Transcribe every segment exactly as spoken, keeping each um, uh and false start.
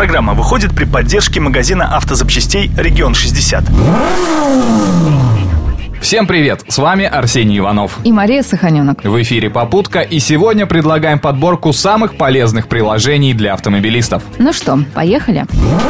Программа выходит при поддержке магазина автозапчастей «Регион шестьдесят». Всем привет! С вами Арсений Иванов и Мария Саханенок. В эфире «Попутка», и сегодня предлагаем подборку самых полезных приложений для автомобилистов. Ну что, поехали?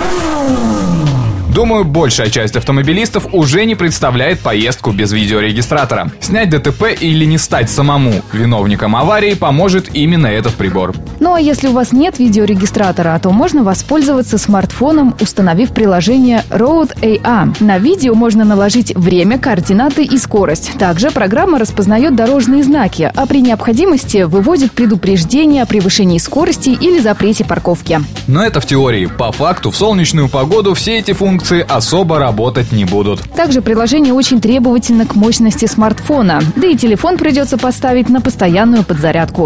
Думаю, большая часть автомобилистов уже не представляет поездку без видеорегистратора. Снять ДТП или не стать самому виновником аварии поможет именно этот прибор. Ну а если у вас нет видеорегистратора, то можно воспользоваться смартфоном, установив приложение Road эй ай. На видео можно наложить время, координаты и скорость. Также программа распознает дорожные знаки, а при необходимости выводит предупреждение о превышении скорости или запрете парковки. Но это в теории. По факту, в солнечную погоду все эти функции особо работать не будут. Также приложение очень требовательно к мощности смартфона, да и телефон придется поставить на постоянную подзарядку.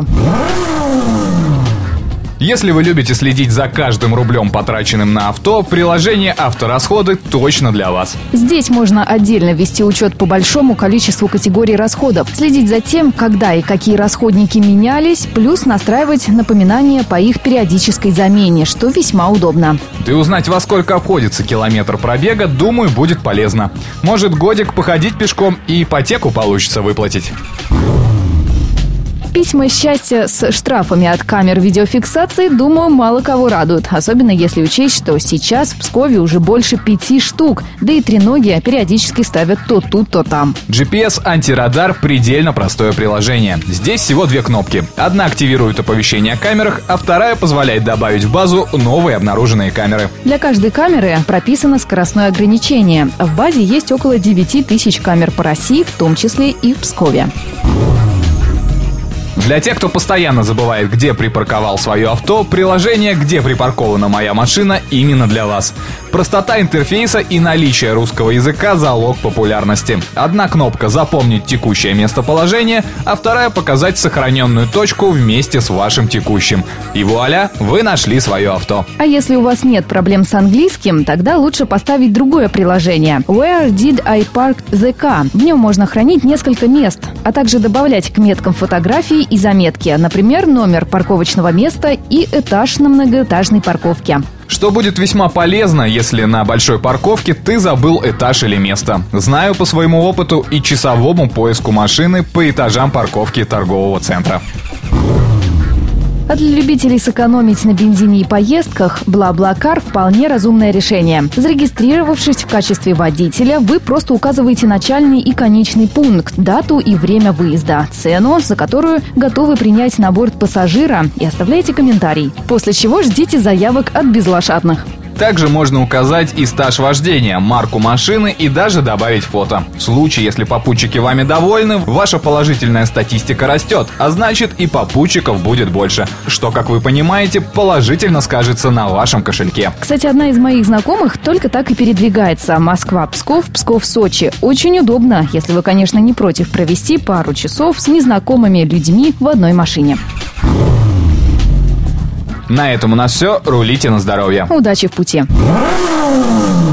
Если вы любите следить за каждым рублем, потраченным на авто, приложение «Авторасходы» точно для вас. Здесь можно отдельно вести учет по большому количеству категорий расходов, следить за тем, когда и какие расходники менялись, плюс настраивать напоминания по их периодической замене, что весьма удобно. Да и узнать, во сколько обходится километр пробега, думаю, будет полезно. Может, годик походить пешком и ипотеку получится выплатить. Письма счастья с штрафами от камер видеофиксации, думаю, мало кого радуют. Особенно если учесть, что сейчас в Пскове уже больше пяти штук. Да и треногие периодически ставят то тут, то там. джи пи эс-антирадар – предельно простое приложение. Здесь всего две кнопки. Одна активирует оповещение о камерах, а вторая позволяет добавить в базу новые обнаруженные камеры. Для каждой камеры прописано скоростное ограничение. В базе есть около девяти тысяч камер по России, в том числе и в Пскове. Для тех, кто постоянно забывает, где припарковал свое авто, приложение «Где припаркована моя машина» именно для вас. Простота интерфейса и наличие русского языка – залог популярности. Одна кнопка «Запомнить текущее местоположение», а вторая – «Показать сохраненную точку вместе с вашим текущим». И вуаля, вы нашли свое авто. А если у вас нет проблем с английским, тогда лучше поставить другое приложение «Where did I park the car?». В нем можно хранить несколько мест, а также добавлять к меткам фотографии и заметки, например, номер парковочного места и этаж на многоэтажной парковке. Что будет весьма полезно, если на большой парковке ты забыл этаж или место. Знаю по своему опыту и часовому поиску машины по этажам парковки торгового центра. А для любителей сэкономить на бензине и поездках, BlaBlaCar вполне разумное решение. Зарегистрировавшись в качестве водителя, вы просто указываете начальный и конечный пункт, дату и время выезда, цену, за которую готовы принять на борт пассажира, и оставляете комментарий. После чего ждите заявок от безлошадных. Также можно указать и стаж вождения, марку машины и даже добавить фото. В случае, если попутчики вами довольны, ваша положительная статистика растет, а значит и попутчиков будет больше, что, как вы понимаете, положительно скажется на вашем кошельке. Кстати, одна из моих знакомых только так и передвигается. Москва-Псков, Псков-Сочи. Очень удобно, если вы, конечно, не против провести пару часов с незнакомыми людьми в одной машине. На этом у нас все. Рулите на здоровье. Удачи в пути.